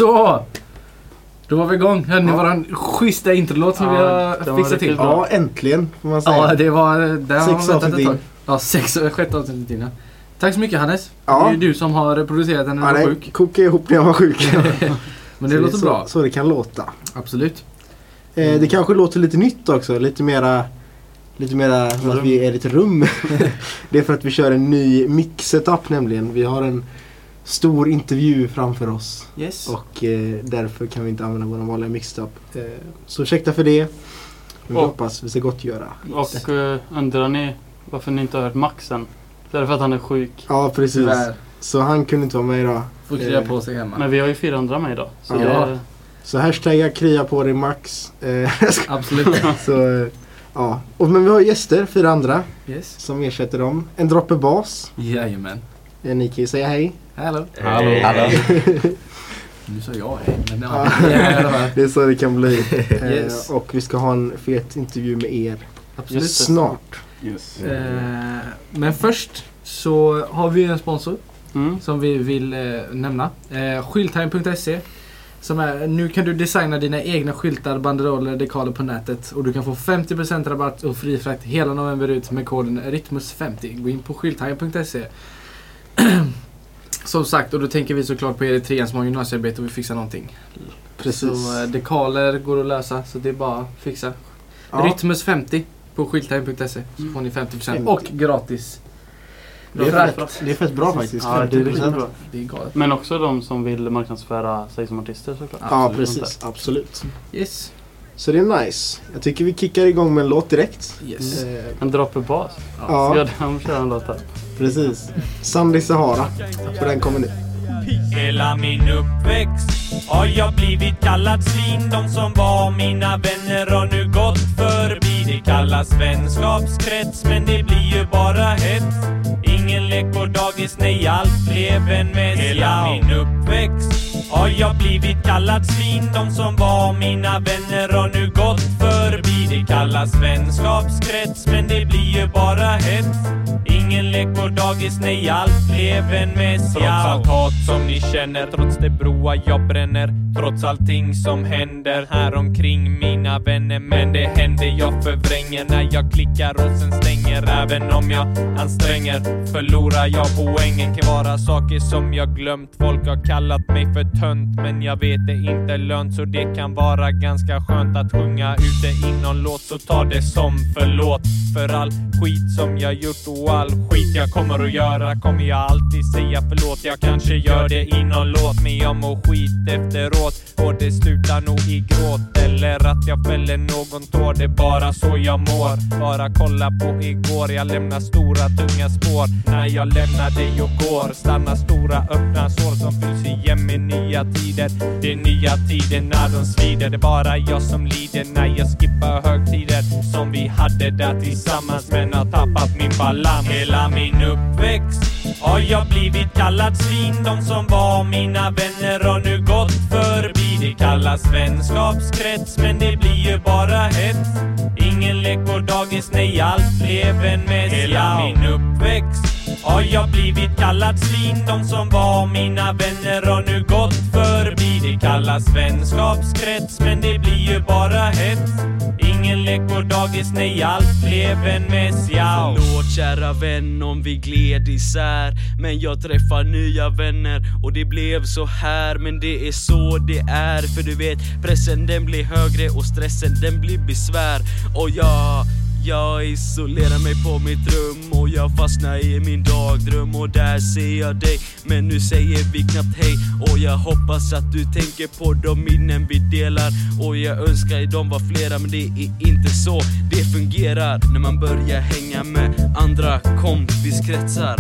Så! Då var vi igång. Hörde ni våran schyssta introlåt som vi har fixat till? Ja, äntligen får man säga. Ja, det var... 6 avsnitt in. Ja, 6 avsnitt in. Tack så mycket, Hannes. Ja. Det är ju du som har producerat den när du var sjuk. Kokade ihop när jag var sjuk. Men det låter bra. Så det kan låta. Absolut. Det kanske låter lite nytt också. Lite mera som att vi är i ett rum. Det är för att vi kör en ny mix-setup nämligen. Vi har en stor intervju framför oss. Yes. Och därför kan vi inte använda vår vanliga mix-setup. Så ursäkta för det. Men vi hoppas vi ska gott göra. Och undrar ni varför ni inte har hört Max än? Det är för att han är sjuk. Ja, precis. Tyvärr. Så han kunde inte vara med idag. Får krya på sig hemma. Men vi har ju 4 andra med idag. Så Ja. Så hashtagga krya på dig Max. Absolut. Så ja. Men vi har gäster, 4 andra. Yes. Som ersätter dem. En droppe bas. Jajamän. Ni kan ju säga hej. Hallå. Hallå. Nu sa jag hej. Men Det är så det kan bli. Yes. Och vi ska ha en fet intervju med er. Absolut. Snart. Yes. Men först så har vi en sponsor som vi vill nämna. Skyltime.se. Nu kan du designa dina egna skyltar, banderoller, dekaler på nätet. Och du kan få 50% rabatt och fri frakt hela november ut med koden RYTMUS50. Gå in på skyltime.se. Som sagt, och då tänker vi såklart på er i 3 som har gymnasiearbete och vill fixa någonting. Precis. Så dekaler går att lösa, så det är bara att fixa. Ja. RYTMUS50 på skyltime.se. Så får ni 50% och gratis. Det är fett bra faktiskt. Ja, det är riktigt bra. Det är galet. Men också de som vill marknadsföra sig som artister såklart. Ja, precis. Absolut. Yes. Så det är nice. Jag tycker vi kickar igång med en låt direkt. Yes. En droppe bas. Ja. Ska de köra en låt här? Precis. Sandy Sahara. För den kommer nu. Hela min uppväxt har jag blivit kallad svin. De som var mina vänner har nu gått förbi. Det kallas vänskapskrets, men det blir ju bara hets. Ingen lek på dagis, nej allt blev en mess. Hela min uppväxt har jag blivit kallad svin. De som var mina vänner har nu gått förbi. Det kallas vänskapskrets, men det blir ju bara hets. Ingen lek på dagis, nej allt blev en mess. Trots allt hat som ni känner, trots det broar jag bränner, trots allting som händer här omkring mina vänner. Men det händer jag förvränger när jag klickar och sen stänger. Även om jag anstränger förlorar jag poängen. Kan vara saker som jag glömt. Folk har kallat mig för tönt, men jag vet det inte lönt. Så det kan vara ganska skönt att sjunga ut det i någon låt. Så ta det som förlåt för all skit som jag gjort och all skit jag kommer att göra. Kommer jag alltid säga förlåt. Jag kanske gör det i någon låt, men jag mår skit efteråt. Och det slutar nog i gråt, eller att jag fäller någon tår. Det är bara så jag mår. Bara kolla på igår. Jag lämnar stora tunga spår när jag lämnar dig och går. Stannar stora öppna sår som fylls igen med nya tider. Det är nya tider när de svider. Det är bara jag som lider när jag skippar högtider som vi hade där tillsammans, men har tappat min balans. Hela min uppväxt har jag blivit kallad svin. De som var mina vänner har nu gått förbi. Det kallas vänskapskrets, men det blir ju bara hets. Ingen lek på dagis, nej allt blev en mess. Hela min uppväxt har jag blivit kallad svin. De som var mina vänner har nu gått förbi. Det kallas vänskapskrets, men det blir ju bara hets. Ingen lek på dagis, nej allt blev en mess. Förlåt kära vän om vi gled isär, men jag träffar nya vänner och det blev så här. Men det är så det är, för du vet pressen den blir högre och stressen den blir besvär. Och jag isolerar mig på mitt rum och jag fastnar i min dagdröm. Och där ser jag dig, men nu säger vi knappt hej. Och jag hoppas att du tänker på de minnen vi delar. Och jag önskar de var flera, men det är inte så det fungerar när man börjar hänga med andra kompiskretsar.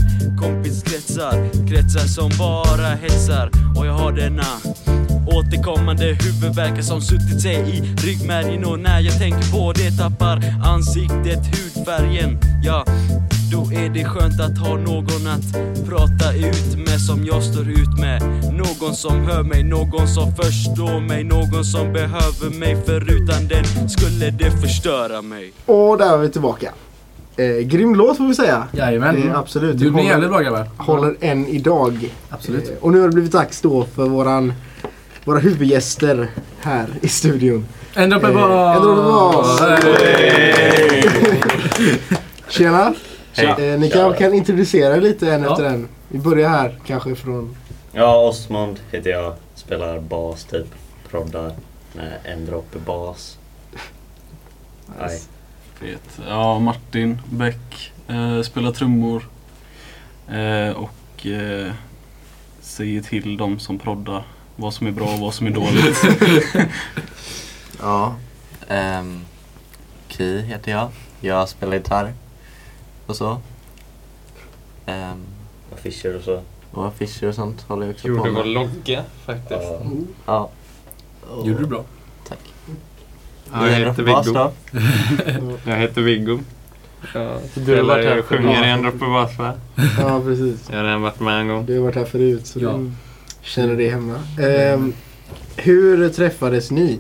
Kretsar som bara hetsar. Och jag har denna återkommande huvudvärkar som suttit sig i ryggmärgen. Och när jag tänker på det tappar ansiktet hudfärgen. Ja, då är det skönt att ha någon att prata ut med, som jag står ut med. Någon som hör mig, någon som förstår mig, någon som behöver mig, för utan den skulle det förstöra mig. Och där är vi tillbaka. Grym låt får vi säga. Jajamän. Absolut. Du blir jävligt bra, grabbar. Håller än idag. Absolut. Och nu har det blivit dags då för våran våra huvudgäster här i studion. En droppe bas! En droppe bas! Tjena! Ni kan introducera lite en efter en. Vi börjar här kanske från... Ja, Osmond heter jag. Spelar bas typ. Proddar med en droppe bas. Nej. Fet. Ja, Martin Bäck spelar trummor och säger till dem som proddar vad som är bra och vad som är dåligt. Ja, Ki heter jag. Jag spelar gitarr och så. Och Fischer och så. Och affischer och sånt håller jag också Gjorde på vår med. logga faktiskt. Ja. Gjorde du bra? Tack. Ja, jag heter Viggo. Då? Jag heter Viggo. Du har varit här jag sjunger i en droppe bas, va? Ja, precis. Jag har redan varit med en gång. Du har varit här förut så du känner dig hemma. Hur träffades ni?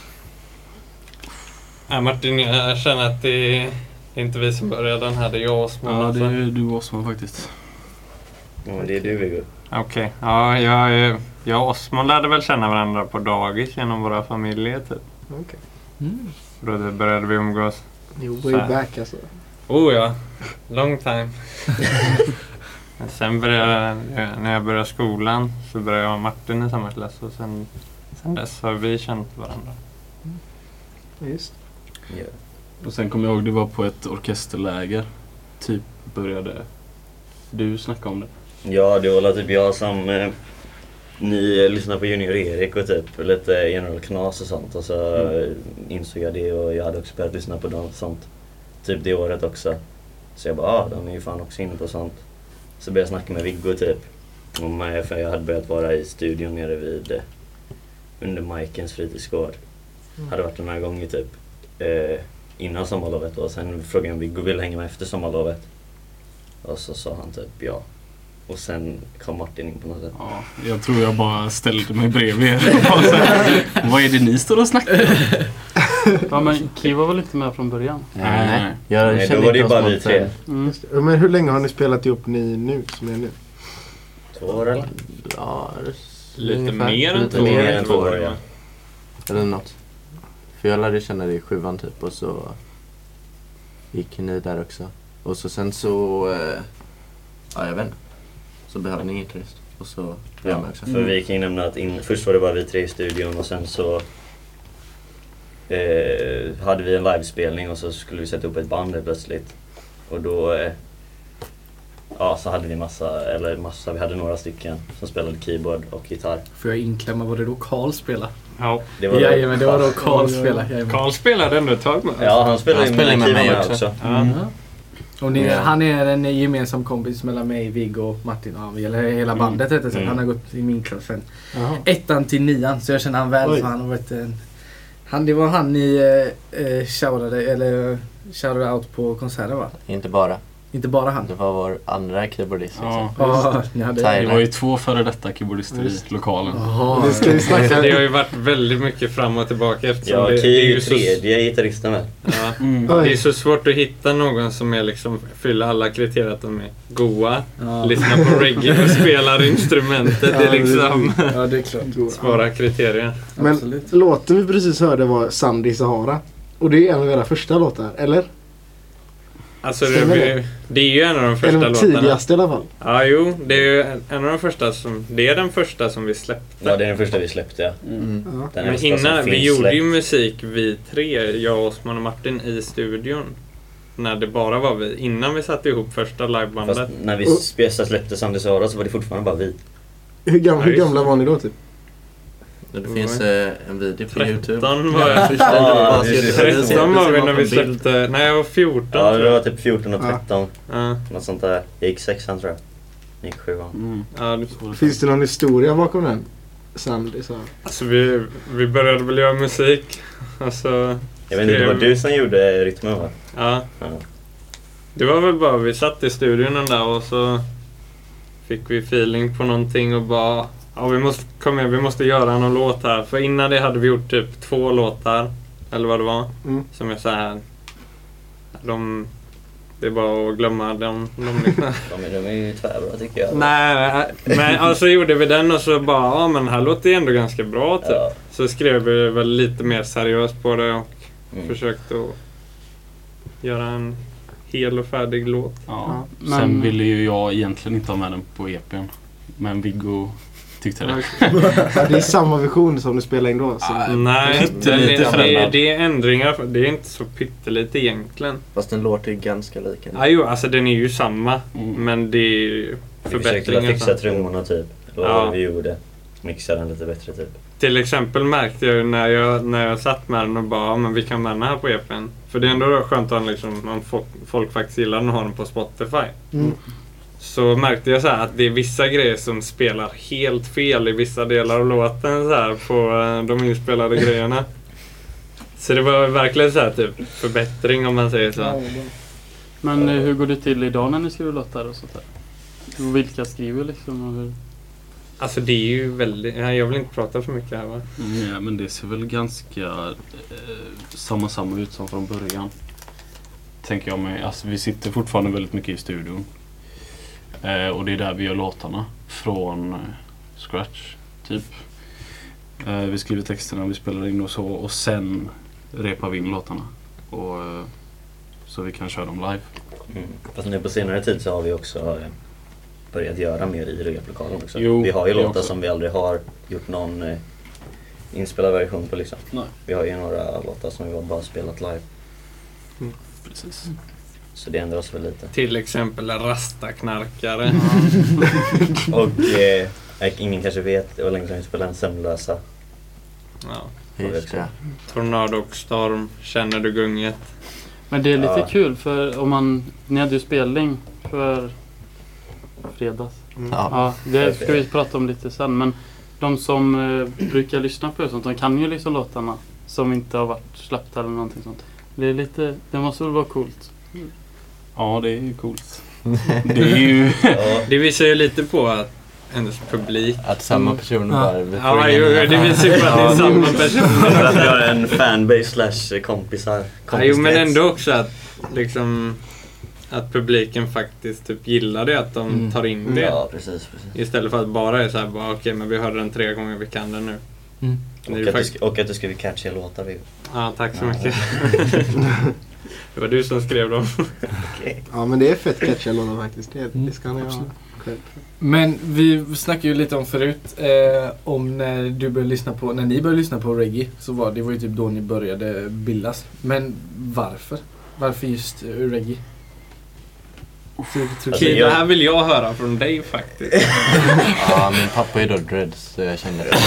Ja, Martin, jag känner att det är inte vi som började den här, det är jag och Osman. Ja, det är du och Osman faktiskt. Ja, men det är du, Viggo. Okej. Ja, jag och Osman lärde väl känna varandra på dagis genom våra familjer typ. Okej. Då började vi umgås. Way back alltså. Oh ja, long time. Sen när jag började skolan så började jag och Martin i samma klass och sen dess har vi känt varandra. Just. Ja. Och sen kommer jag ihåg, det var på ett orkesterläger. Typ började du snacka om det. Ja, det var typ jag som ni lyssnade på Junior Erik och typ lite General Knas och sånt. Och så insåg jag det och jag hade också börjat lyssna på dem sånt. Typ det året också. Så jag bara, de är ju fan också inne på sånt. Så började jag snacka med Viggo typ. För jag hade börjat vara i studion nere vid under Majkens fritidsgård. Hade varit några gånger typ innan sommarlovet och sen frågade jag om Viggo ville hänga med efter sommarlovet. Och så sa han typ ja. Och sen kom Martin in på något sätt. Ja, jag tror jag bara ställde mig bredvid er. Vad är det ni står och snackar om? Ja, men Ki var väl inte med från början? Nej. Nej, då var det ju bara vi tre. Men hur länge har ni spelat ihop ni nu som är nu? 2 år eller? Ja, Lite ungefär. mer än Lite 2 år. Mer än 2 år, ja. Eller något. För jag lärde känna dig i 7:an typ och så gick ni där också. Och så sen så, ja jag vet inte. Så behövde ni gitarrist. Och så jag med också. För vi kan ju nämna att först var det bara vi tre i studion och sen så hade vi en livespelning och så skulle vi sätta upp ett band plötsligt. Och då så hade vi vi hade några stycken som spelade keyboard och gitarr. Får jag inklämma, var det då Carl spelade? Ja. Det var Jajamän, det var då Carl spelade. Carl spelade ändå ett tag med. Ja, han spelade med mig också. Och han är en gemensam kompis mellan mig, Viggo och Martin. Ja, hela bandet heter det. Han har gått i min klass sen. 1:an till 9:an, så jag känner han väl. Han har varit det var han ni shoutade out på konserten, va? Inte bara han. Det var vår andra keyboardist. Ja. Ni hade Det var ju 2 före detta keyboardister i lokalen. Det ska vi snacka. Det har ju varit väldigt mycket fram och tillbaka eftersom det är ju tredje gitarristen väl. Det är så svårt att hitta någon som är liksom fyller alla kriterier, att de är goa, lyssnar på reggae och spelar instrumentet. Det är liksom det är klart. svåra kriterier. Men absolut. Låten vi precis hörde var Sand i Sahara. Och det är en av era första låtar, eller? Alltså det är ju en av de första en av de låtarna. tidigaste i alla fall. Ja, jo, det är ju en av de första det är den första som vi släppte. Ja, det är den första vi släppte, ja. Den Men innan, vi gjorde ju musik vi tre, jag, Osman och Martin, i studion. När det bara var vi, innan vi satte ihop första livebandet. Fast när vi släppte Sand i Sahara så var det fortfarande bara vi. Hur gamla var ni då typ? Det finns en video på YouTube. 13 var jag. 13 var vi när vi släppte. Nej, jag var 14. Ja, det var typ 14 och 13. Ja. Något sånt där. Jag gick 6:an tror jag. Jag gick 7:an. Ja, Finns det någon historia bakom den? Sand i Sahara. alltså vi började väl göra musik. Alltså, Jag vet inte, det var du som gjorde rytmen, va? Ja. Det var väl bara, vi satt i studion där och så fick vi feeling på någonting och bara, vi måste göra någon låt här. För innan det hade vi gjort typ 2 låtar, eller vad det var, som är så här. Det är bara att glömma dem liksom. De är ju tvärbra tycker jag. Nej, men alltså gjorde vi den och så bara, men här låter det ändå ganska bra typ. Ja. Så skrev vi väl lite mer seriöst på det och försökte att göra en hel och färdig låt. Ja. Men- Sen ville ju jag egentligen inte ha med den på EPn. Men Viggo tyckte det. Ja, det är samma version som du spelade in då. Så. Nej, pyttelite förändrad. det är ändringar. Det är inte så pyttelite egentligen. Fast den låter ju ganska lik. Ja, jo, alltså den är ju samma. Mm. Men det är ju Vi försökte förbättringar. fixa trummorna typ. Det var Ja. det vi gjorde. Mixa den lite bättre typ. Till exempel märkte jag ju när jag satt med den och bara, men vi kan vända här på EPn. För det är ändå skönt att liksom, om folk faktiskt gillar den och har den på Spotify. Mm. Så märkte jag så här att det är vissa grejer som spelar helt fel i vissa delar av låten så här på de inspelade grejerna. Så det var verkligen så här typ förbättring om man säger så. Men hur går det till idag när ni skriver låtar och sånt där? Och vilka skriver liksom? Och hur? Alltså det är ju väldigt, jag vill inte prata för mycket här va? Ja, men det ser väl ganska samma ut som från början. Tänker jag mig. Alltså vi sitter fortfarande väldigt mycket i studion. Och det är där vi gör låtarna. Från scratch, typ. Vi skriver texterna, vi spelar in och så. Och sen repar vi in låtarna. Och, så vi kan köra dem live. Fast nu på senare tid så har vi också börjat göra mer i replokalen också. Jo, vi har ju det låtar också. som vi aldrig har gjort någon inspelad version på liksom. Nej. Vi har ju några låtar som vi har bara spelat live. Precis. Så det ändras väl lite. Till exempel rastaknarkare. Och ingen kanske vet, det var länge sedan vi spelade en Sömnlösa. Ja. Just det. Tornado och storm, känner du gunget? Men det är lite Ja. kul för om man, ni hade ju spelning för fredags. Ja. Ja, det ska vi prata om lite sen. Men de som brukar lyssna på det sånt, de kan ju liksom låtarna som inte har varit släppta eller någonting sånt. Det är lite, det måste väl vara coolt. Ja, det är ju coolt. Det är ju... Ja, Det visar ju lite på att hennes publik. Att samma person bara... vi får Ja, ingen jo, nya det fan. visar ju på att det är samma person. för att vi har en fanbase / kompisar. Ja, jo, men ändå också att liksom att publiken faktiskt typ gillar det, att de tar in det. Ja, precis. Istället för att bara är så här, bara okej, men vi hörde den 3 gånger, vi kan den nu. Mm. Det är ju faktiskt... Och att du skriver catchiga låtar. Ja, tack så mycket. Det var du som skrev dem. Okej. Ja, men det är fett catchiga låtar faktiskt. Det ska ni ha absolut. själv. Men vi snackade ju lite om förut om när ni började lyssna på reggae, så var det var ju typ då ni började bildas. Men varför? Varför just reggae? Okej, det här vill jag höra från dig faktiskt. Ja, min pappa är då dreads så jag känner det.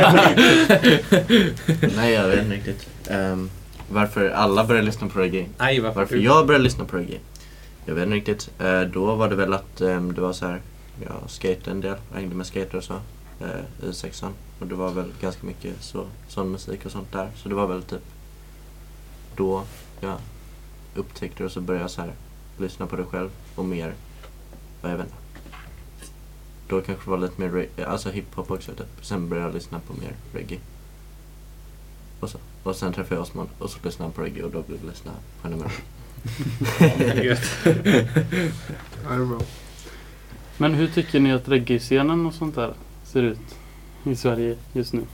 Nej, jag vet inte riktigt. Varför alla började lyssna på reggae? Nej, Varför jag började lyssna på reggae? Jag vet inte riktigt. Då var det väl att det var så här. Jag skatade en del, jag hängde med skater och så i 6an. Och det var väl ganska mycket sån musik och sånt där. Så det var väl typ då jag upptäckte det och så började jag så här lyssna på det själv och mer, vad jag vet inte. Då kanske det var lite mer alltså hiphop också typ. Sen började jag lyssna på mer reggae. Och så. Och sen träffade jag Osman och så lyssnade han på reggae och då blev jag lyssna på henne mer. Ja, det är bra. Men hur tycker ni att reggae-scenen och sånt där ser ut i Sverige just nu?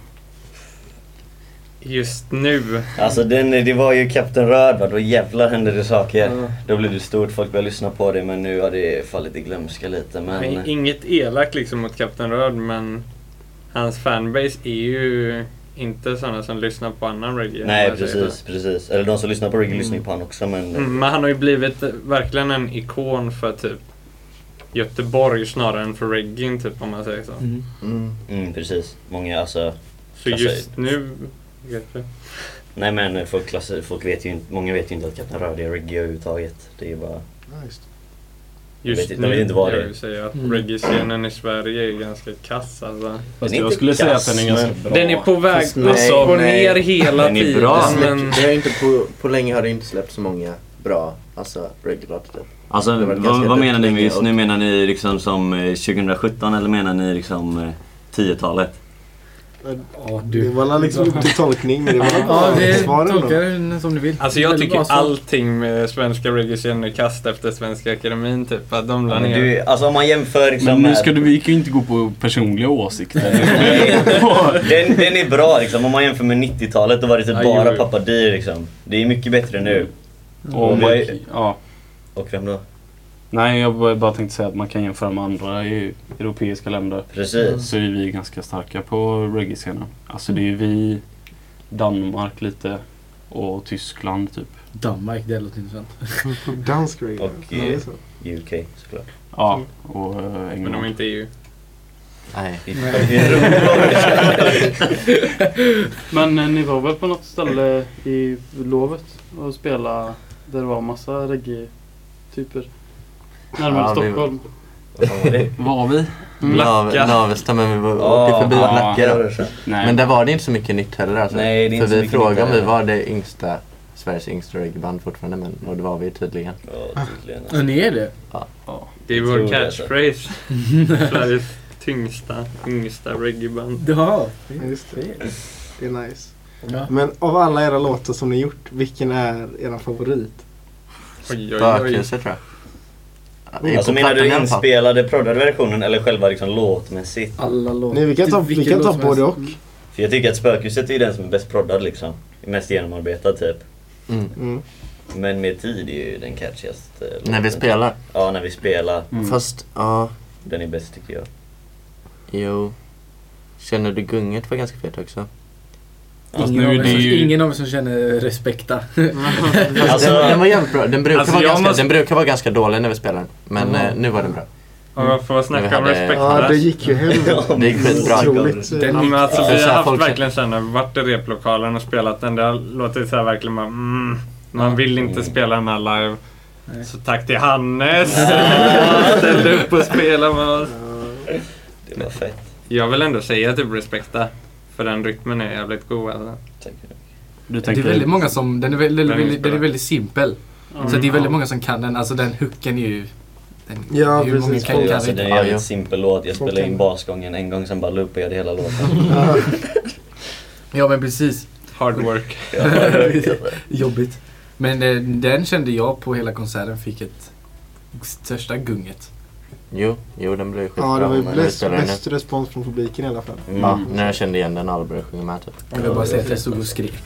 Just nu. Alltså det var ju Kapten Röd, va? Då jävlar hände det saker. Ja. Då blev det stort, folk började lyssna på det, men nu har det fallit i glömska lite. Men Inget elakt liksom mot Kapten Röd, men hans fanbase är ju inte sådana som lyssnar på annan reggae. nej, om jag säger precis. Eller de som lyssnar på reggae lyssnar ju på han också, men... så. Men han har ju blivit verkligen en ikon för typ Göteborg snarare än för reggae typ, om man säger så. precis. Många, alltså... Så just nu vet jag. Nej, men folk vet ju inte, många vet ju inte att Kapten Röd är reggae överhuvudtaget. Det är ju bara... Ja, just. Just de nu vet inte vad det är. jag vill säga att reggae-scenen i Sverige är ganska kass alltså. Fast är jag inte skulle säga kass, att den är ganska men- bra. Den är på väg Fast upp nej, och nej. ner hela Den är tiden. bra. Men Det är inte på länge har det inte släppt så många bra alltså reggae-låtar typ. Alltså, Det var ganska vad menar ni med länge just och- nu? Menar ni liksom som 2017 eller menar ni liksom 10-talet? Det var liksom upp till tolkning. Men det var Ja, det svaren då. tolkar den som du vill. Alltså jag Väldigt bra tycker svar. allting med svenska reggae kast efter Svenska Akademin typ. Att de la Men ner. alltså om man jämför liksom Men nu med... ska vi kan ju inte gå på personliga åsikter. den är bra liksom. Om man jämför med 90-talet då var det typ Ja, bara jo. Pappa Dir liksom. Det är mycket bättre nu. Och ja. Och vem då? Nej, jag bara tänkte säga att man kan jämföra med andra europeiska länder. Precis. Så är vi ganska starka på reggae-scenen. Alltså det är vi, Danmark lite och Tyskland typ. Danmark, det låter intressant. Dansk reggae. Och Ja, det är så. UK såklart. Ja, och Men de England. är inte EU. Nej. Men ni var väl på något ställe i lovet och spela där det var massa reggae-typer? Närmare Ja, Stockholm. Vad fan var det? Var vi? Navesta, men vi åkte förbi Blacka då. Nej. Men där var det inte så mycket nytt heller alltså. Nej, det är inte för så vi mycket frågade nytt om vi heller. var det yngsta, Sveriges yngsta reggaeband fortfarande, men och det var vi tydligen. Ja, tydligen. Och ni är det? Det är Jag vår tror det, alltså. catchphrase. Sveriges yngsta reggaeband. Ja. Ja, just det. Det är nice. Ja. Men av alla era låtar som ni gjort, vilken är era favorit? Oj. Spökhuset tror jag. Ja, det är Alltså på menar du plattan i alla fall. inspelade, proddade versionen eller själva liksom låtmässigt? Alla låtar. Nej, vi kan ta både och. För jag tycker att Spökhuset är den som är bäst proddad liksom. Mest genomarbetad typ. Mm. Mm. Men med tid är ju den catchigaste låten. När vi spelar. Ja, när vi spelar. Fast, ja, Den är bäst tycker jag. jo. Känner du gunget var ganska fet också? Ingen av oss som känner respekta. Alltså- Den var jävligt bra. Den brukar, Alltså, vara jag ganska, måste- den brukar vara ganska dålig när vi spelar den. Men nu var den bra. Och jag får snacka om Vi hade- respekt Ja, för det gick ju hem. Det gick skitbra. Otroligt. Den Ja, men alltså, Ja, vi så har här haft folk- verkligen sen när vi varit i replokalen och spelat den. Det har låtit så här verkligen bara, man vill inte spela den här live. Nej. Så tack till Hannes. Ställde upp och spelade med oss. Det var fett. Jag vill ändå säga typ respekta. För den rytmen är jävligt god alltså. Tack. Du Det är väldigt många som, den är väldigt simpel. Mm. Så det är väldigt många som kan den. Alltså den hooken är ju... Ja, hur många precis. kan Alltså, det är en Ja, jävligt ja. simpel låt. Jag spelade in basgången en gång, sen bara loopade jag det hela låten. Ja men precis. Hard work. Jobbigt. Men den kände jag på hela konserten fick ett största gunget. Jo, den blev skitbra. Ja, det var ju när vi spelade den. bäst respons från publiken i alla fall. Ja, när jag kände igen den alla började sjunga med typ. Jag vill bara säga att jag stod och skrek.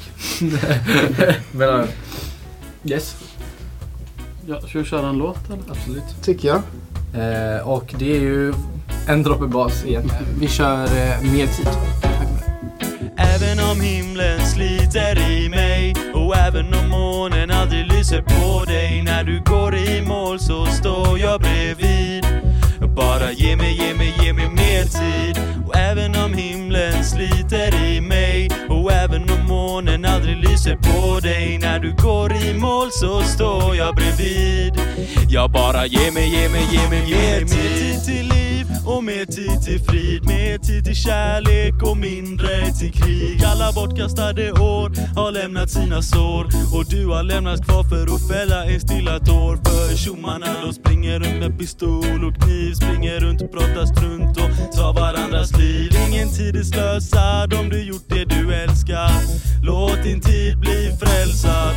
Men, yes, Ja, ska vi köra en låt eller? absolut. Tycker jag. Och det är ju en droppe bas igen. Vi kör mer tid. Även om himlen sliter i mig och även om månen aldrig lyser på dig, när du går i mål så står jag bredvid. Bara ge mig mer tid. Och även om himlen sliter i mig och även om månen aldrig lyser på dig, när du går i mål så står jag bredvid. Jag bara ge mig mer tid till liv och mer tid till frid, mer tid till kärlek och mindre till krig. Alla bortkastade år har lämnat sina sår och du har lämnats kvar för att fälla en stilla tår. För tjommarna de springer runt med pistol och kniv, springer runt och pratar strunt och tar varandras liv. Ingen tid är slösad om du gjort det du älskar. Låt din tid bli frälsad.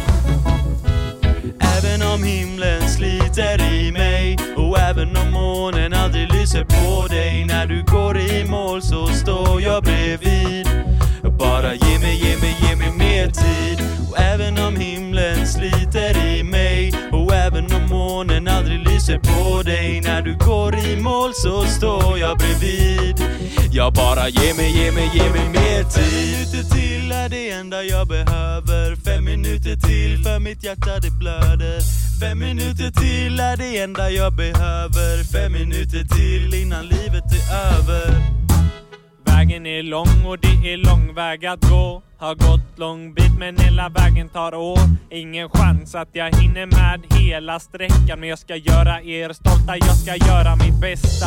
Även om himlen sliter i mig och även om månen aldrig lyser på dig, när du går i mål så står jag bredvid. Bara ge mig mer tid. Och även om himlen sliter i mig och även om månen aldrig lyser på dig, när du går i mål så står jag bredvid. Jag bara ge mig mer tid. 5 minuter till är det enda jag behöver. 5 minuter till för mitt hjärta det blöder. 5 minuter till är det enda jag behöver. 5 minuter till innan livet är över. Vägen är lång och det är lång väg att gå. Har gått lång bit men hela vägen tar år. Ingen chans att jag hinner med hela sträckan, men jag ska göra er stolta, jag ska göra mitt bästa.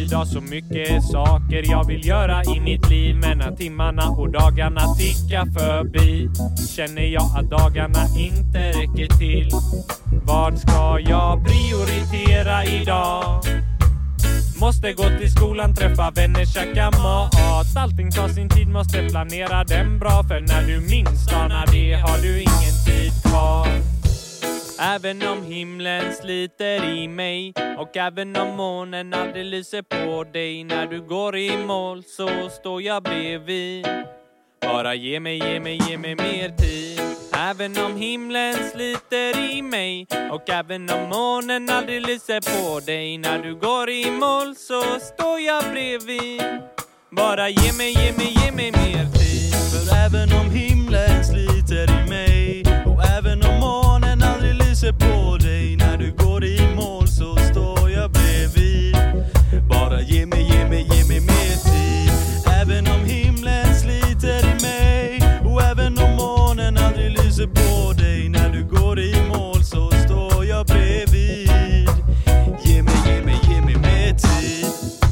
idag så mycket saker jag vill göra i mitt liv. Men när timmarna och dagarna tickar förbi känner jag att dagarna inte räcker till. Vad ska jag prioritera idag? Måste gå till skolan, träffa vänner, käka mat. Allting tar sin tid, måste planera den bra. För när du minst anar det har du ingen tid kvar. Även om himlen sliter i mig och även om månen aldrig lyser på dig. När du går i mål så står jag bredvid. Bara ge mig mer tid. Även om himlen sliter i mig och även om månen aldrig lyser på dig. När du går i mål så står jag bredvid. Bara ge mig mer tid. För även om himlen sliter i mig och även om månen aldrig lyser på dig. När du går i mål så står jag bredvid. Bara ge mig mer tid. Även om himlen sliter i mig och även om månen aldrig lyser på dig. När du går i mål så står jag bredvid. Ge mig mer tid.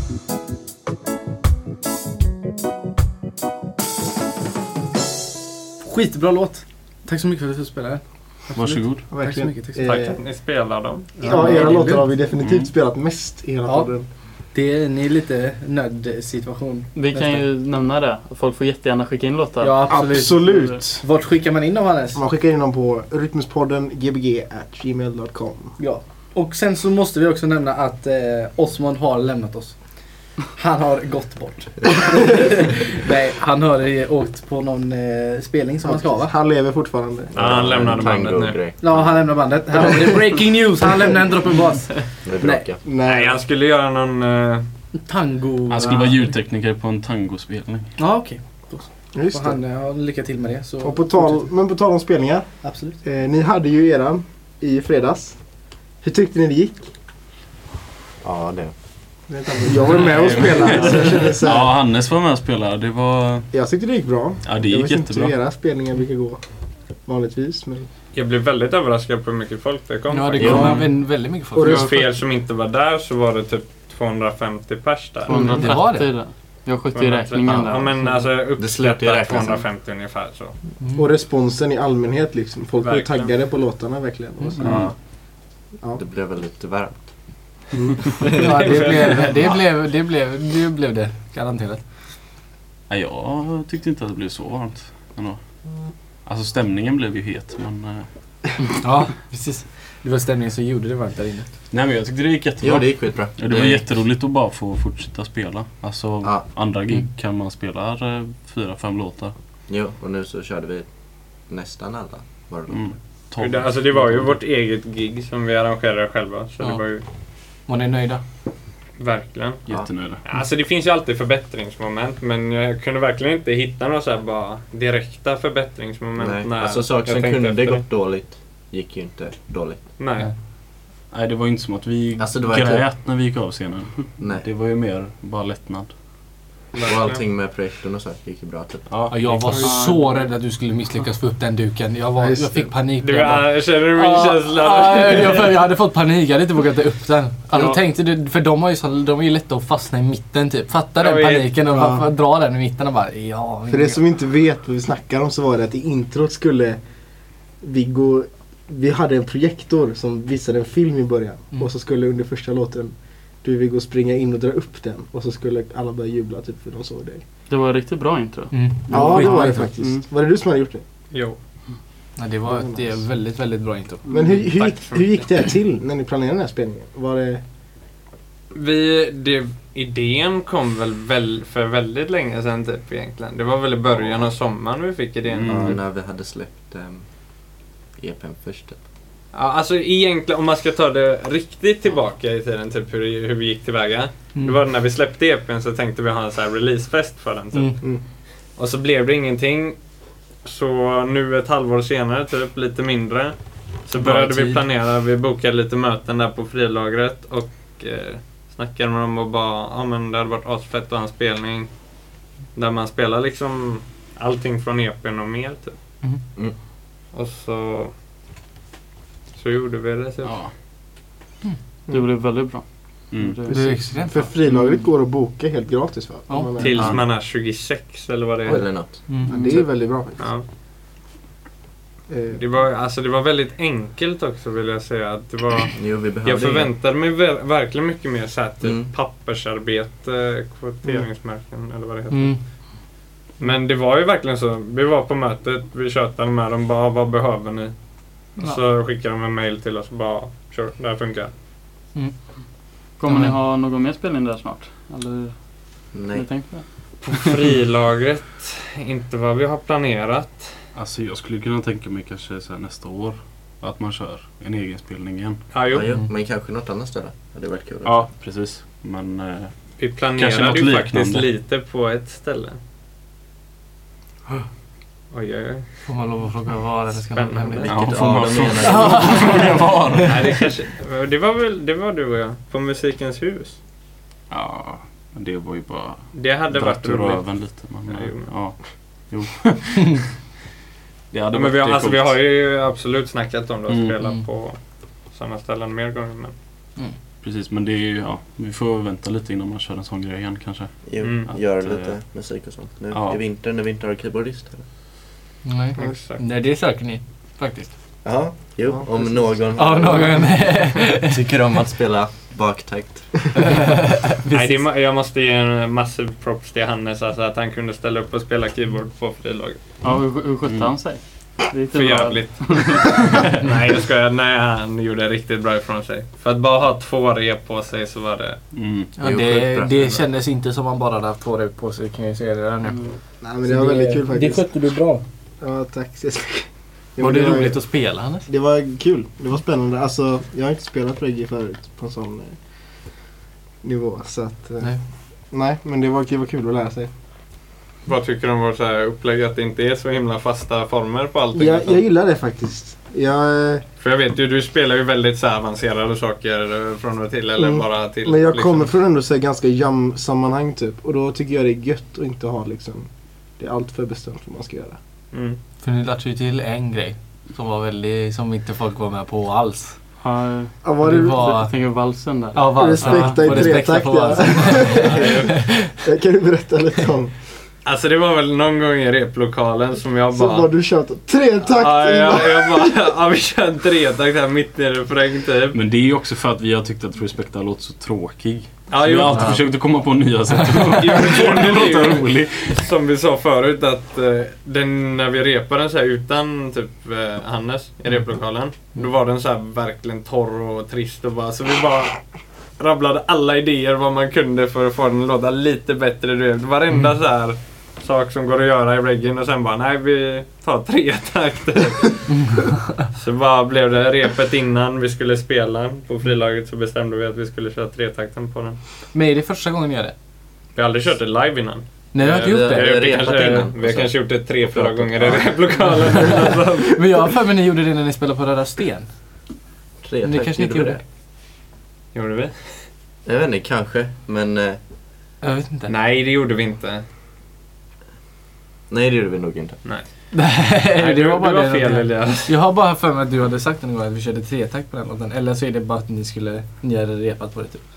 Skitbra låt. Tack så mycket för att du spelade. Varsågod. Tack så mycket. Tack att ni spelar dem. Ja, era låtar har vi definitivt spelat mest i hela podden. Det är ni lite nöd-situation. Vi kan ju nämna det. Folk får jättegärna skicka in låtar. Ja, Absolut. Vart skickar man in dem, Hannes? Man skickar in dem på rytmuspodden gbg@gmail.com. Ja. Och sen så måste vi också nämna att Osmond har lämnat oss. Han har gått bort. Nej, han har åkt på någon spelning som han ska, va? Han lever fortfarande. Ja, han lämnade bandet nu. Ja, han lämnar bandet. Här har vi breaking news. Han lämnar en droppe bas. Nej, han skulle göra någon... tango. Han skulle vara ljudtekniker på en tangospelning. Ja, okej. Just det. Han har lycka till med det. Så Och på tal om spelningar. Absolut. Ni hade ju eran i fredags. Hur tyckte ni det gick? Ja, det. Jag var med och spelade. Ja, Hannes var med och spelade. Det var... Jag tyckte det gick bra. Ja, det gick jättebra. Jag vet inte hur era spelningar brukar gå vanligtvis. Men... Jag blev väldigt överraskad på hur mycket folk det kom. Ja, det kom väldigt mycket folk. Och för er som inte var där så var det typ 250 pers där. 230 det var det. Jag skötte i räkningen där. Ja, men alltså uppskattat 250 ungefär så. Och responsen i allmänhet liksom. Folk var taggade på låtarna verkligen. Ja. Det blev väl lite varmt. Ja, det blev det. Garanterat. Ja, jag tyckte inte att det blev så varmt. Alltså stämningen blev ju het, men... Ja, precis. Det var stämningen som gjorde det varmt där inne. Nej, men jag tyckte det gick jättebra. Ja, det gick skitbra. Ja, det var jätteroligt att bara få fortsätta spela. Alltså, andra gig kan man spela 4-5 låtar. Jo, och nu så körde vi nästan alla. Var det alltså det var ju vårt eget gig som vi arrangerade själva. Så det var ju... Var ni nöjda? Verkligen. Jättenöjda. Alltså det finns ju alltid förbättringsmoment, men jag kunde verkligen inte hitta några så här bara direkta förbättringsmoment. Nej, när alltså saker som kunde gått dåligt gick ju inte dåligt. Nej. Nej, det var inte som att vi alltså, det var grät när vi gick av scenen. Nej. Det var ju mer bara lättnad. Och allting med projekten och så gick ju bra typ. Ja, jag var så rädd att du skulle misslyckas få upp den duken. Jag fick panik. Känner du min känsla? Jag hade fått panik. Jag hade inte vågat ta upp den. Alltså tänkte du, för de är ju lätta att fastna i mitten typ. Fatta den paniken och dra den i mitten och bara För det som inte vet vad vi snackar om så var det att i introt skulle vi hade en projektor som visade en film i början. Och så skulle under första låten du vill springa in och dra upp den. Och så skulle alla börja jubla typ för de såg dig. Det var riktigt bra intro. Ja, det var det faktiskt. Var det du som hade gjort det? Jo. Ja, det är väldigt, väldigt bra intro. Men hur gick det till när ni planerade den här spelningen? Var det... Idén kom väl för väldigt länge sedan typ egentligen. Det var väl i början av sommaren vi fick idén. Ja, när vi hade släppt EPn först typ. Ja, alltså egentligen om man ska ta det riktigt tillbaka i tiden typ hur vi gick tillväga. Det var när vi släppte EPn så tänkte vi ha en så här releasefest för den typ. Och så blev det ingenting. Så nu ett halvår senare typ lite mindre så började vi planera. Vi bokade lite möten där på frilagret och snackade med dem och bara men det hade varit asfett och en spelning där man spelar liksom allting från EPn och mer typ. Och så gjorde vi det. Ja. Det blev väldigt bra. Det är extremt. För frilagret går att boka helt gratis, va? Ja. Tills man är 26 eller vad det är. Eller något. Ja, det är väldigt bra faktiskt. Ja. Det var väldigt enkelt också, vill jag säga. Att det var, jag förväntade mig verkligen mycket mer så här, typ pappersarbete, kvoteringsmärken eller vad det heter. Men det var ju verkligen så. Vi var på mötet, vi tjötade med dem, bara vad behöver ni? Och så skickade de en mail till oss och bara, kör, det här funkar. Kommer ni ha någon mer spelning där snart? Eller? Nej. På frilagret, inte vad vi har planerat. Alltså jag skulle kunna tänka mig kanske så här nästa år att man kör en egen spelning igen. Men kanske något annat ställe. Det hade varit kul. Ja, precis. Men vi planerade ju faktiskt lite på ett ställe. Oj. Får man lov att fråga var det ska vara hemligt? Ja, får man fråga var? Nej, det var du och jag på Musikens hus. Ja, det var ju bara det hade varit röven lite. Men, jo. Men vi har ju absolut snackat om det och spelat på samma ställen mer gånger. Men. Precis, men det är ju, vi får vänta lite innan man kör en sån grej igen kanske. Göra lite musik och sånt. Nu i vinter när vi inte har keyboardist. Nej, exakt. Nej, det söker ni faktiskt. Ja, om någon tycker om att spela baktakt. Nej, jag måste ge en massiv props till Hannes, alltså att han kunde ställa upp och spela keyboard på frilaget. Ja, hur skötte han sig? För jävligt. Nej, jag skojar. Nej, han gjorde riktigt bra ifrån sig. För att bara ha 2 rep på sig så var det... Det kändes inte som man bara hade haft 2 rep på sig, kan jag säga det där nu. Nej, men det var väldigt kul faktiskt. Det skötte du bra. Ja, tack. Var det roligt att spela, Hannes? Det var kul. Det var spännande. Alltså, jag har inte spelat reggae förut på en sån nivå. Så att, nej, men det var kul att lära sig. Vad tycker du om vårt upplägg, att det inte är så himla fasta former på allting? Jag gillar det faktiskt. För jag vet ju, du spelar ju väldigt så avancerade saker från och till, eller bara till. Men jag kommer från ändå så ganska jam-sammanhang typ. Och då tycker jag det är gött att inte ha liksom, det är allt för bestämt vad man ska göra. För ni lärde ju till en grej som var väldigt, som inte folk var med på alls. Jag tänker valsen där. Ja, valsen. Respekta i tretakt, Jag kan du berätta lite om. Alltså det var väl någon gång i replokalen som jag bara... Så var du kört 3-takt? Ja, vi kör en 3-takt här mitt i refräng typ. Men det är ju också för att vi har tyckt att Respekta låter så tråkig. Ja, vi har alltid försökt att komma på nya sätt. Det låter roligt. Som vi sa förut att när vi repade den så här utan typ Hannes i replokalen, då var den så här verkligen torr och trist och bara, så vi bara rabblade alla idéer vad man kunde för att få den att låta lite bättre. Du vet, varenda så här sak som går att göra i reggae och sen bara, nej vi tar 3 takter. Så bara blev det repet innan vi skulle spela på frilaget, så bestämde vi att vi skulle köra 3-takten på den. Men är det första gången ni gör det? Vi har aldrig kört det live innan. Nej, jag har inte gjort det. Vi har kanske gjort det 3-4 gånger i replokalen. Men jag har för mig ni gjorde det när ni spelade på Röda Sten. Men det kanske ni inte gjorde. Gjorde vi? Jag vet inte, kanske, men... Jag vet inte. Nej, det gjorde vi inte. Nej, det gjorde vi nog inte. Nej. Nej, det var bara fel, Elias. Jag har bara för mig att du hade sagt en gång att vi körde 3-takt på den låten. Eller så är det bara att ni hade repat på det typ.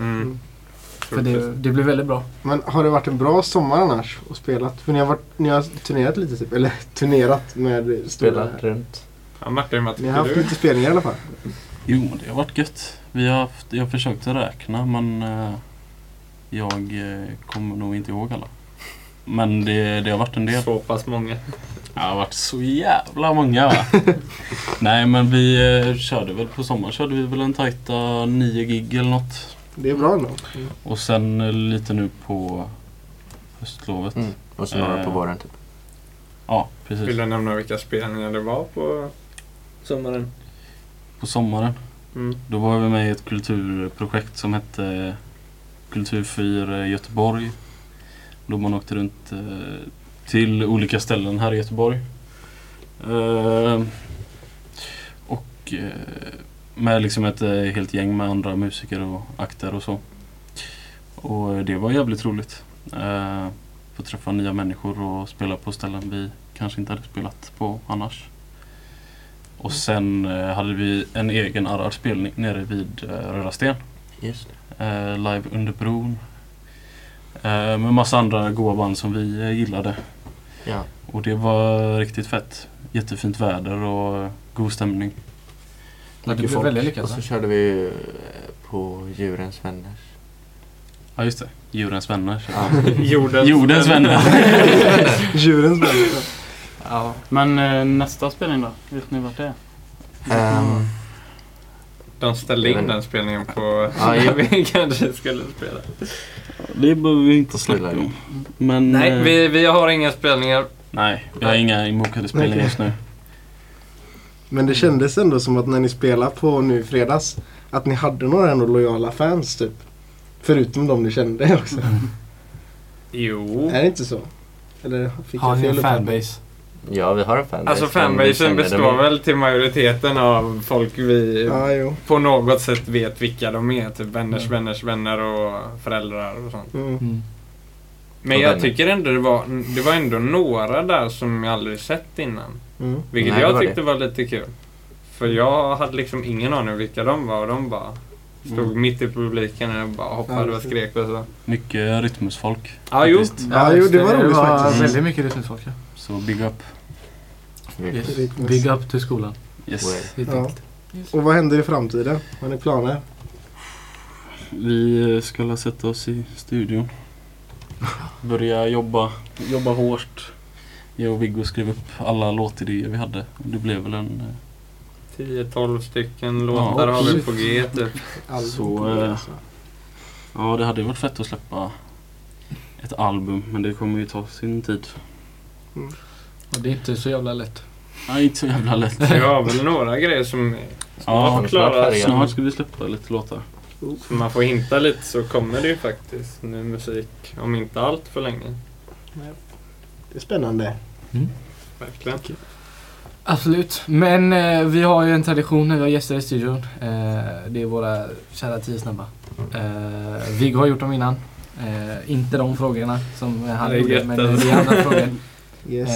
För det blev väldigt bra. Men har det varit en bra sommar annars och spelat? För ni har turnerat lite typ, eller turnerat med spelat runt. Ja, Martin, vad ni har haft lite spelningar i alla fall. Jo, det har varit gött. Jag har försökt att räkna, men jag kommer nog inte ihåg alla. Men det har varit en del. Så pass många. Det har varit så jävla många, va? Nej, men vi körde väl på sommaren. Körde vi väl en tajta 9 gig eller något. Det är bra ändå. Och sen lite nu på höstlovet. Och så några på våren typ. Ja, precis. Vill du nämna vilka spelningar det var på sommaren? På sommaren? Då var vi med i ett kulturprojekt som hette Kulturfyr Göteborg. Då man åkte runt till olika ställen här i Göteborg. Och med liksom ett helt gäng med andra musiker och akter och så. Och det var jävligt roligt. Få träffa nya människor och spela på ställen vi kanske inte hade spelat på annars. Och sen hade vi en egen arrarspelning nere vid Röda Sten. Just Live under bron. Med massa andra goa band som vi gillade. Ja. Och det var riktigt fett. Jättefint väder och god stämning. Det blev väldigt lyckat. Och så körde vi på Djurens Vänners. Ja, just det. Djurens vänner. Ja. Jordens vänner. Djurens vänner. Ja. Men nästa spelning då? Vet ni vart det är? De ställde in den spelningen på... Ja, vi kanske skulle spela. Det behöver vi inte släppa. Men Nej, vi har inga spelningar. nej, vi har inga inbokade spelningar just nu. Men det kändes ändå som att när ni spelade på nu i fredags att ni hade några ändå lojala fans typ. Förutom de ni kände också. Jo. Är det inte så? Eller fick Har jag ni fel en uppfattning? fanbase? Ja, vi har en fanbase. Alltså fanbasen består väl till majoriteten av folk vi Ja, jo. på något sätt vet vilka de är. Typ vänners vänner och föräldrar och sånt. Mm. Men Och jag vänner. tycker ändå det var ändå några där som jag aldrig sett innan. Mm. Vilket Nej, det jag var tyckte var lite kul. För jag hade liksom ingen aning vilka de var och de bara stod mitt i publiken och bara hoppade och skrek och så. Mycket rytmusfolk. Ja, jo. faktiskt. Ja, jo, det var roligt faktiskt. Väldigt mycket rytmusfolk. Ja. Så big up. Yes. Rytmus. Big up till skolan. Yes. Helt Ja. enkelt. Och vad händer i framtiden? Har ni planer? Vi ska sätta oss i studion. Börja jobba hårt. Jag och Viggo skrev upp alla låtidéer vi hade. Det blev väl en... 10-12 stycken låtar har vi på G typ. Så, ja, det hade varit fett att släppa ett album. Men det kommer ju ta sin tid. Och det är inte så jävla lätt. Nej, inte så jävla lätt. Vi har väl några grejer som Ja, klara. snart ska vi släppa lite låtar. Så man får hinta lite så kommer det ju faktiskt nu musik. Om inte allt för länge. Det är spännande. Verkligen. Absolut. Men vi har ju en tradition när vi har gäster i studion. Det är våra kära 10 snabba. Viggo har gjort dem innan. Inte de frågorna som han Det är gjorde, gött, men alltså. det är andra frågor. Yes.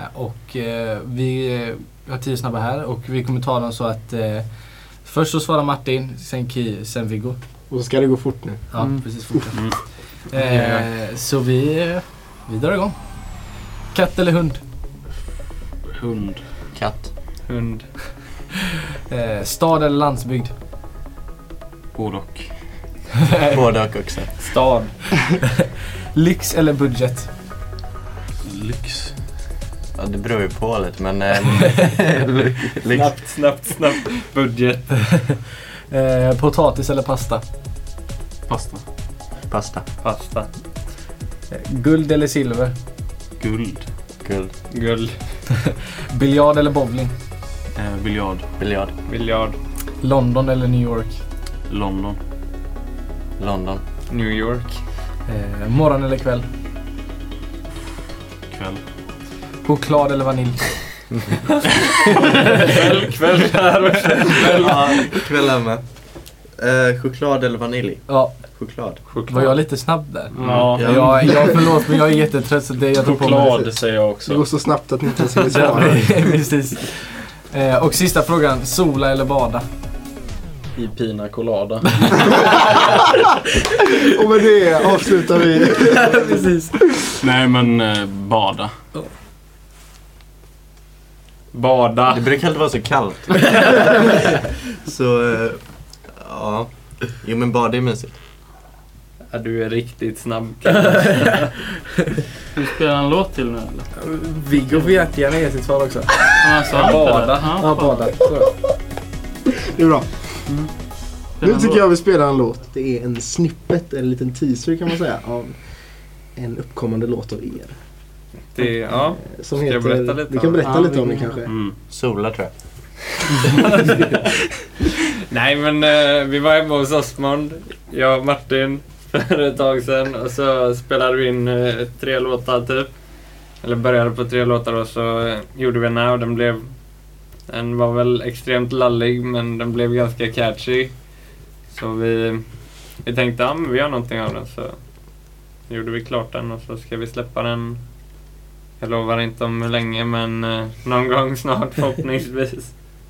Vi har 10 snabba här och vi kommer ta dem så att först så svarar Martin, sen Ki, sen Viggo. Och så ska det gå fort nu. Ja, precis fort. Så vi drar igång. Katt eller hund? Hund. Katt. Hund. Stad eller landsbygd? Både och. Båda och också. Stad. Lyx eller budget? Lyx. Ja, det beror ju på lite, men... Snabbt. Budget. Potatis eller pasta? Pasta. Pasta. Guld eller silver? Guld. Guld. Biljard eller bowling? Biljard. London eller New York? London. New York. Morgon eller kväll? Kväll. Choklad eller vanilj? Kväll här och kväll. Ja, kvällen med. Choklad eller vanilj? Ja, Choklad. var jag lite snabb där? Ja. Jag förlåt, men jag är jättetrött så det jag tar på mig. Choklad säger jag Det också. går så snabbt att ni inte ens hinner Ja, svara. precis. Och sista frågan, sola eller bada? I pina colada. Och med det avslutar vi. Precis. Nej, men bada. Bada. Det brukar alltid vara så kallt. Så, ja. Jo, men bada är mysigt. Ja, du är riktigt snabb. Du spelar en låt till nu eller? Viggo får jättegärna ge sitt svar också. Alltså, Bada. Ja, bada. Det är bra. Nu tycker jag vi spelar en låt. Det är en snippet, en liten teaser kan man säga, av en uppkommande låt av er. Det, ja. Som Ska jag berätta lite vi kan om berätta det? lite Ja, om vi det kan. kanske. Sola tror jag. Nej, men vi var hemma hos Osmond. Jag och Martin för ett tag sedan. Och så spelade vi in 3 låtar typ. Eller började på 3 låtar och så gjorde vi en och den var väl extremt lallig men den blev ganska catchy. Så vi tänkte, ja men vi gör någonting av den, så gjorde vi klart den och så ska vi släppa den. Jag lovar inte om hur länge, men någon gång snart förhoppningsvis.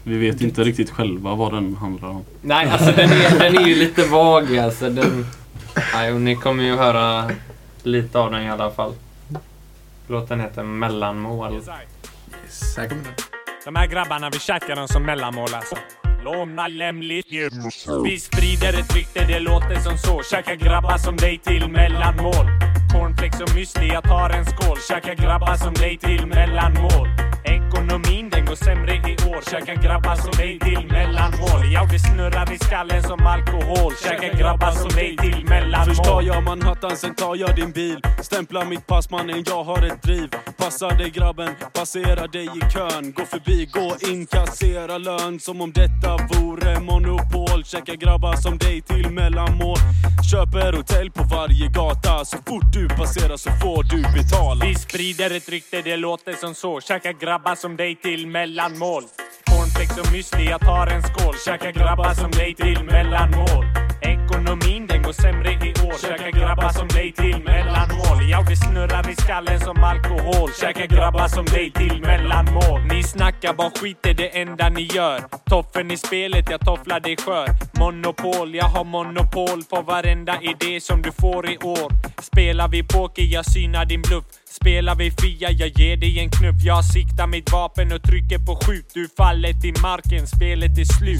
Vi vet inte riktigt själva vad den handlar om. Nej, alltså den är ju lite vag alltså. Nej, och ni kommer ju höra lite av den i alla fall. Låten heter Mellanmål. Yes, här kommer den. De här grabbarna, vi käkar dem som mellanmål alltså. Låna lämligt. Vi sprider ett rykte, det låter som så. Käka grabbar som dig till mellanmål. Cornflakes och müsli, jag tar en skål. Käka grabbar som dig till mellanmål. Ekonomin, den går sämre i år. Käka grabbar som dig till mellanmål. Jag det snurrar i skallen som alkohol. Käka grabbar som dig till mellanmål. Först tar jag Manhattan, sen tar jag din bil. Stämplar mitt pass mannen, jag har ett driv. Passar dig grabben, passerar dig i kön. Gå förbi, gå in, kassera lön. Som om detta vore monopol. Käka grabbar som dig till mellanmål. Köper hotell på varje gata. Så fort du passerar så får du betala. Vi sprider ett rykte, det låter som så. Käka grabbar som dig till mellanmål. Cornflakes och müsli, jag tar en skål. Käka grabbar som dig till mellanmål. Ekonomin, den går sämre i år. Käka grabbar som dig till mellanmål. Jag det snurrar i skallen som alkohol. Käka grabbar som dig till mellanmål. Ni snackar bara skit, är det enda ni gör. Toffen i spelet, jag tofflar dig skör. Monopol, jag har monopol på varenda idé som du får i år. Spelar vi poker, jag synar din bluff. Spelar vi fia, jag ger dig en knuff. Jag siktar mitt vapen och trycker på skjut. Du faller till marken, spelet är slut.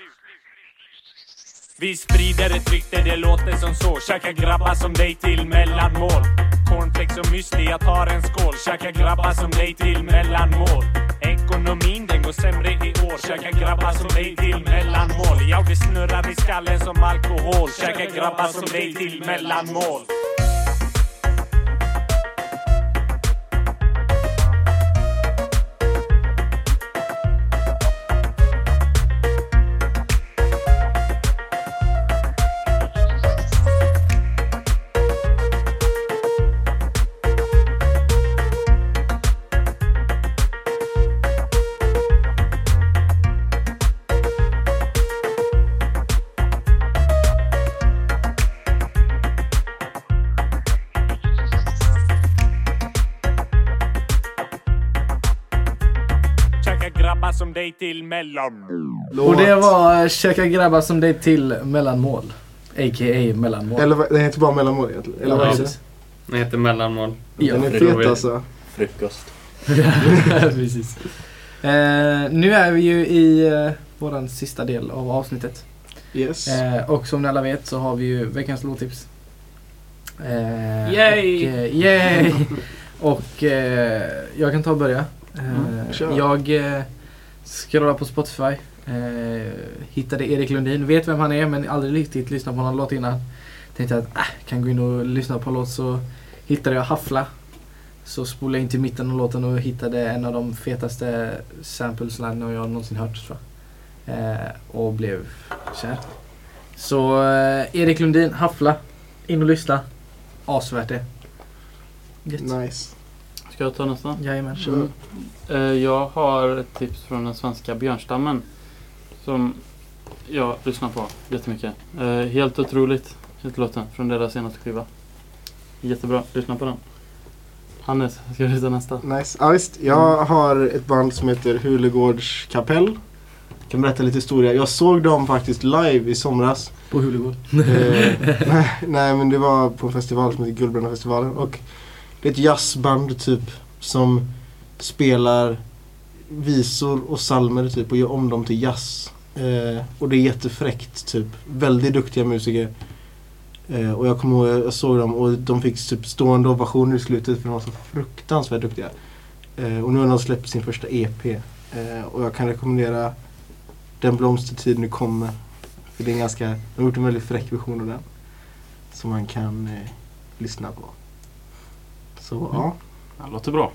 Vi sprider ett rykte, det låter som så. Käka grabbar som dig till mellanmål. Cornflakes och müsli, jag tar en skål. Käka grabbar som dig till mellanmål. Ekonomin, den går sämre i år. Käka grabbar som dig till mellanmål. Jag det snurrar i skallen som alkohol. Käka grabbar som dig till mellanmål. Som dig till mellanmål. Och det var Käka grabbar som dig till mellanmål. A.k.a. mellanmål. Eller den heter bara mellanmål egentligen. Eller vad precis. Den heter Mellanmål. Ja, den är fet alltså. Frukost. Precis. Nu är vi ju i våran sista del av avsnittet. Yes. Och som ni alla vet så har vi ju veckans låttips. Yay! Och, yay! Och jag kan ta och börja. Jag scrollar på Spotify, hittade Erik Lundin, vet vem han är men aldrig riktigt lyssnat på någon låt innan. Tänkte att kan gå in och lyssna på en låt, så hittade jag Haffla. Så spolade jag in till mitten av låten och hittade en av de fetaste samplesline jag någonsin hört, tror jag. Och blev kär. Så Erik Lundin, Haffla, in och lyssna. Asvärt det. Nice. Ska jag ta nästa? Jajamän. Jag har ett tips från den svenska björnstammen som jag lyssnar på jättemycket. Helt otroligt, låten från deras senaste skiva. Jättebra, lyssna på den. Hannes, ska du ta nästa? Nice. Ja, visst. Jag har ett band som heter Hulegårds kapell. Jag kan berätta lite historia. Jag såg dem faktiskt live i somras. På Hulegård? Nej, men det var på en festival som heter Guldbrännarfestivalen. Och det är ett jazzband typ som spelar visor och psalmer typ och gör om dem till jazz. Och det är jättefräckt typ. Väldigt duktiga musiker. Och jag kommer ihåg, jag såg dem och de fick typ stående ovationer i slutet för de var så fruktansvärt duktiga. Och nu har de släppt sin första EP. Och jag kan rekommendera Den blomstertid nu kommer. För det är de har gjort en väldigt fräck version av den. Som man kan lyssna på. Så ja. Det låter bra.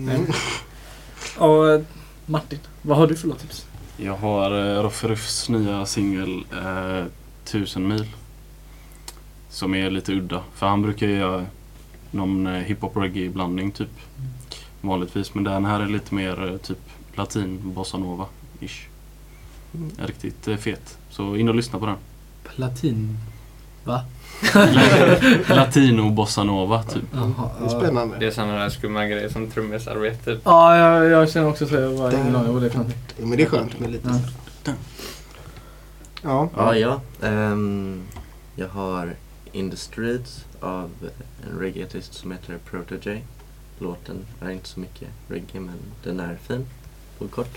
Och Martin, vad har du för låttips? Jag har Rofferufs nya singel 1000 mil. Som är lite udda. För han brukar göra någon hiphop reggae blandning typ. Vanligtvis. Men den här är lite mer typ latin bossa nova-ish. Riktigt fet. Så in och lyssna på den. Platin. Va? Latino bossa nova typ. Det är spännande. Det är sådana där skumma grejer som trummisarbete. Ja, jag känner också så. Jag var ingen aning vad det är för någonting. Ja, men det är skönt med lite. Ja. Jag har In the Streets av en reggae-artist som heter Protege. Låten är inte så mycket reggae, men den är fin och kort.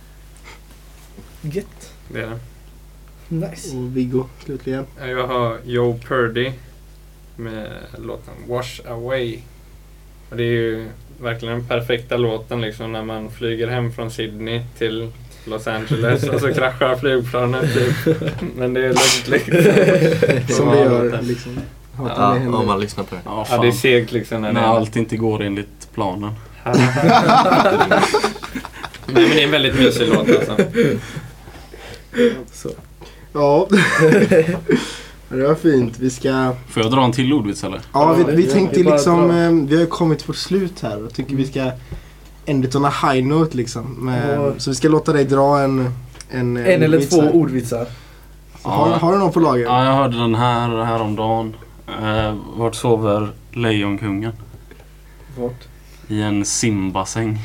Gött. Det är det. Nice. Och Viggo slutligen. Jag har Joe Purdy med låten Wash Away. Och det är ju verkligen den perfekta låten liksom när man flyger hem från Sydney till Los Angeles och så kraschar flygplanet typ. Men det är lugnt Som det gör liksom. Ja, om man lyssnar på det. Ja, det är segt liksom när allt inte går enligt planen. Nej, men det är en väldigt mysig låt alltså. Så. Ja. Det var fint. Vi ska... Får jag dra en till ordvits eller? Ja, vi tänkte liksom... Vi har ju kommit på slut här och tycker vi ska end it on a high note liksom. Så vi ska låta dig dra en eller två ordvitsar. Har du någon på lager? Ja, jag hörde den här om dagen. Vart sover lejonkungen? Vart? I en simbassäng.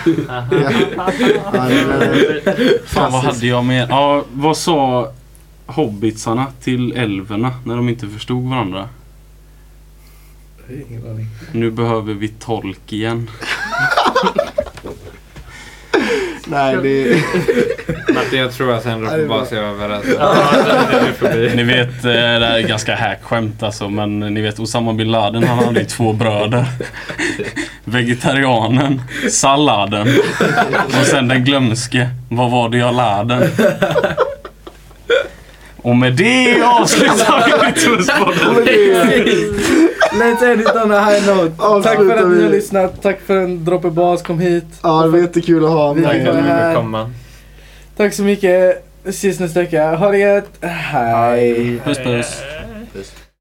Fan, vad hade jag med? Ja, vad sa hobbitsarna till älverna när de inte förstod varandra? Ingen aning. Nu behöver vi tolk igen. Nej, det... Martin, jag tror att sen får bara se över alltså. Ni vet, det är ganska hackskämt alltså, men ni vet Osama Bin Laden, han hade ju 2 bröder. Vegetarianen, salladen och sen den glömske. Vad var det jag lärde? Och med det avslutar vi Rituspodden. Let's end it on a high note. Tack för att ni har lyssnat. Tack för en droppe bas kom hit. Ja, det var jättekul att ha med. Tack så mycket. Ses nästa vecka. Ha det gött. Hej. Puss puss. Puss.